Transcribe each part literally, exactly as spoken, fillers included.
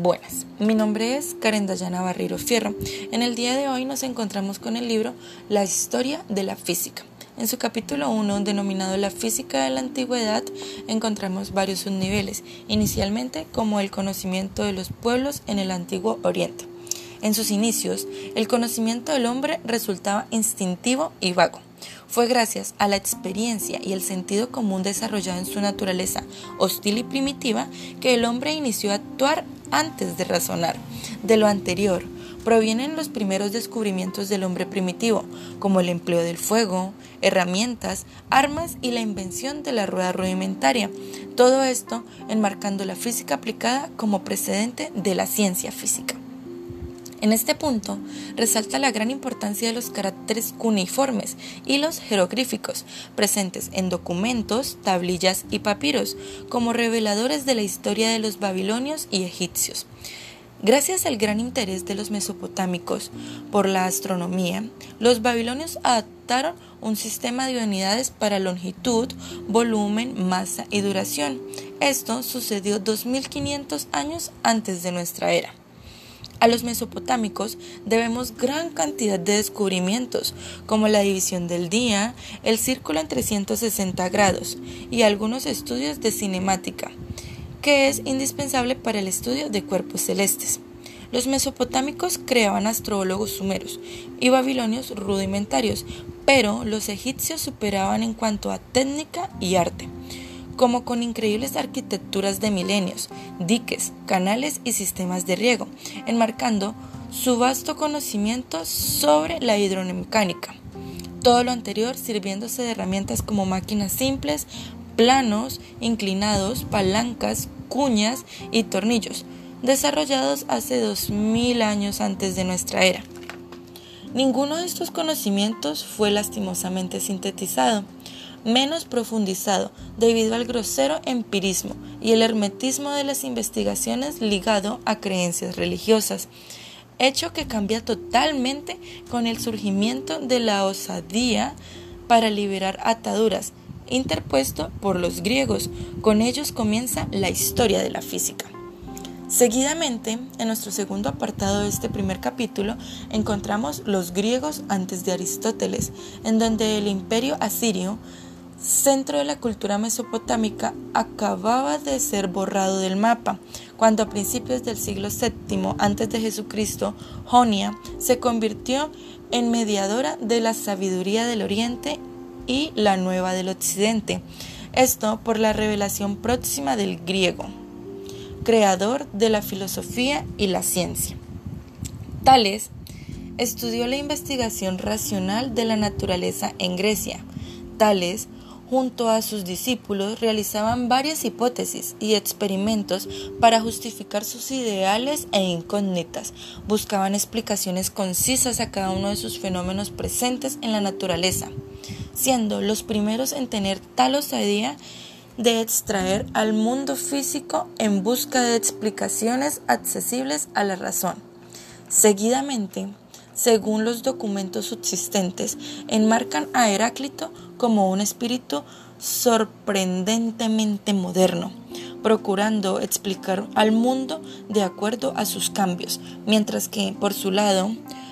Buenas, mi nombre es Karen Dayana Barreiro Fierro. En el día de hoy nos encontramos con el libro La historia de la física. En su capítulo uno, denominado La física de la antigüedad, encontramos varios subniveles, inicialmente como el conocimiento de los pueblos en el antiguo Oriente. En sus inicios, el conocimiento del hombre resultaba instintivo y vago. Fue gracias a la experiencia y el sentido común desarrollado en su naturaleza hostil y primitiva que el hombre inició a actuar antes de razonar. De lo anterior provienen los primeros descubrimientos del hombre primitivo, como el empleo del fuego, herramientas, armas y la invención de la rueda rudimentaria. Todo esto enmarcando la física aplicada como precedente de la ciencia física. En este punto, resalta la gran importancia de los caracteres cuneiformes y los jeroglíficos, presentes en documentos, tablillas y papiros, como reveladores de la historia de los babilonios y egipcios. Gracias al gran interés de los mesopotámicos por la astronomía, los babilonios adaptaron un sistema de unidades para longitud, volumen, masa y duración. Esto sucedió dos mil quinientos años antes de nuestra era. A los mesopotámicos debemos gran cantidad de descubrimientos, como la división del día, el círculo en trescientos sesenta grados y algunos estudios de cinemática, que es indispensable para el estudio de cuerpos celestes. Los mesopotámicos creaban astrólogos sumeros y babilonios rudimentarios, pero los egipcios superaban en cuanto a técnica y arte, como con increíbles arquitecturas de milenios, diques, canales y sistemas de riego, enmarcando su vasto conocimiento sobre la hidromecánica. Todo lo anterior sirviéndose de herramientas como máquinas simples, planos, inclinados, palancas, cuñas y tornillos, desarrollados hace dos mil años antes de nuestra era. Ninguno de estos conocimientos fue lastimosamente sintetizado, menos profundizado debido al grosero empirismo y el hermetismo de las investigaciones ligado a creencias religiosas, hecho que cambia totalmente con el surgimiento de la osadía para liberar ataduras, interpuesto por los griegos. Con ellos comienza la historia de la física. Seguidamente, en nuestro segundo apartado de este primer capítulo, encontramos los griegos antes de Aristóteles, en donde el imperio asirio, centro de la cultura mesopotámica, acababa de ser borrado del mapa, cuando a principios del siglo séptimo antes de Jesucristo, Jonia se convirtió en mediadora de la sabiduría del Oriente y la nueva del Occidente, esto por la revelación próxima del griego, creador de la filosofía y la ciencia. Tales estudió la investigación racional de la naturaleza en Grecia. Tales, junto a sus discípulos, realizaban varias hipótesis y experimentos para justificar sus ideales e incógnitas. Buscaban explicaciones concisas a cada uno de sus fenómenos presentes en la naturaleza, siendo los primeros en tener tal osadía de extraer al mundo físico en busca de explicaciones accesibles a la razón. Seguidamente, según los documentos subsistentes, enmarcan a Heráclito como un espíritu sorprendentemente moderno, procurando explicar al mundo de acuerdo a sus cambios, mientras que, por su lado,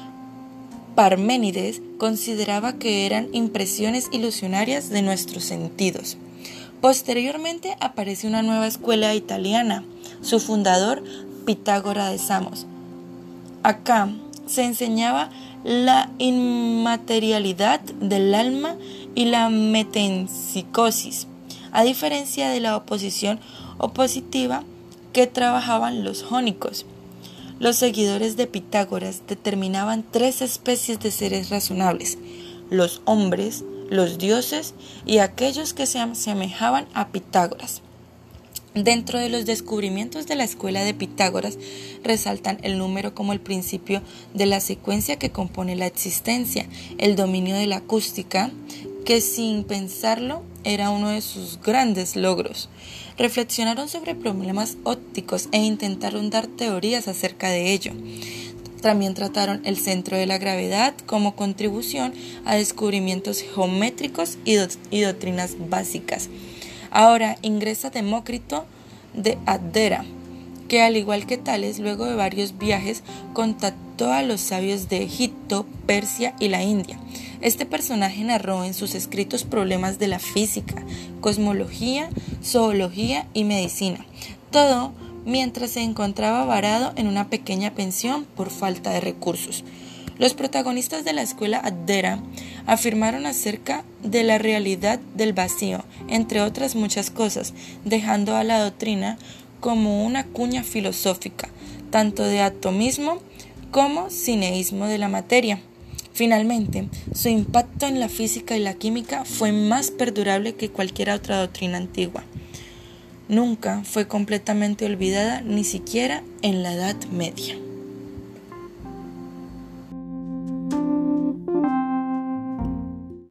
Parménides consideraba que eran impresiones ilusionarias de nuestros sentidos. Posteriormente aparece una nueva escuela italiana, su fundador, Pitágoras de Samos. Acá se enseñaba la inmaterialidad del alma y la metempsicosis, a diferencia de la oposición opositiva que trabajaban los jónicos. Los seguidores de Pitágoras determinaban tres especies de seres razonables: los hombres, los dioses y aquellos que se asemejaban a Pitágoras. Dentro de los descubrimientos de la escuela de Pitágoras resaltan el número como el principio de la secuencia que compone la existencia, el dominio de la acústica, que sin pensarlo era uno de sus grandes logros. Reflexionaron sobre problemas ópticos e intentaron dar teorías acerca de ello. También trataron el centro de la gravedad como contribución a descubrimientos geométricos y, do- y doctrinas básicas. Ahora ingresa Demócrito de Abdera, que al igual que Tales, luego de varios viajes, contactó a los sabios de Egipto, Persia y la India. Este personaje narró en sus escritos problemas de la física, cosmología, zoología y medicina, todo mientras se encontraba varado en una pequeña pensión por falta de recursos. Los protagonistas de la escuela Abdera afirmaron acerca de la realidad del vacío, entre otras muchas cosas, dejando a la doctrina como una cuña filosófica, tanto de atomismo como cineísmo de la materia. Finalmente, su impacto en la física y la química fue más perdurable que cualquier otra doctrina antigua. Nunca fue completamente olvidada, ni siquiera en la Edad Media.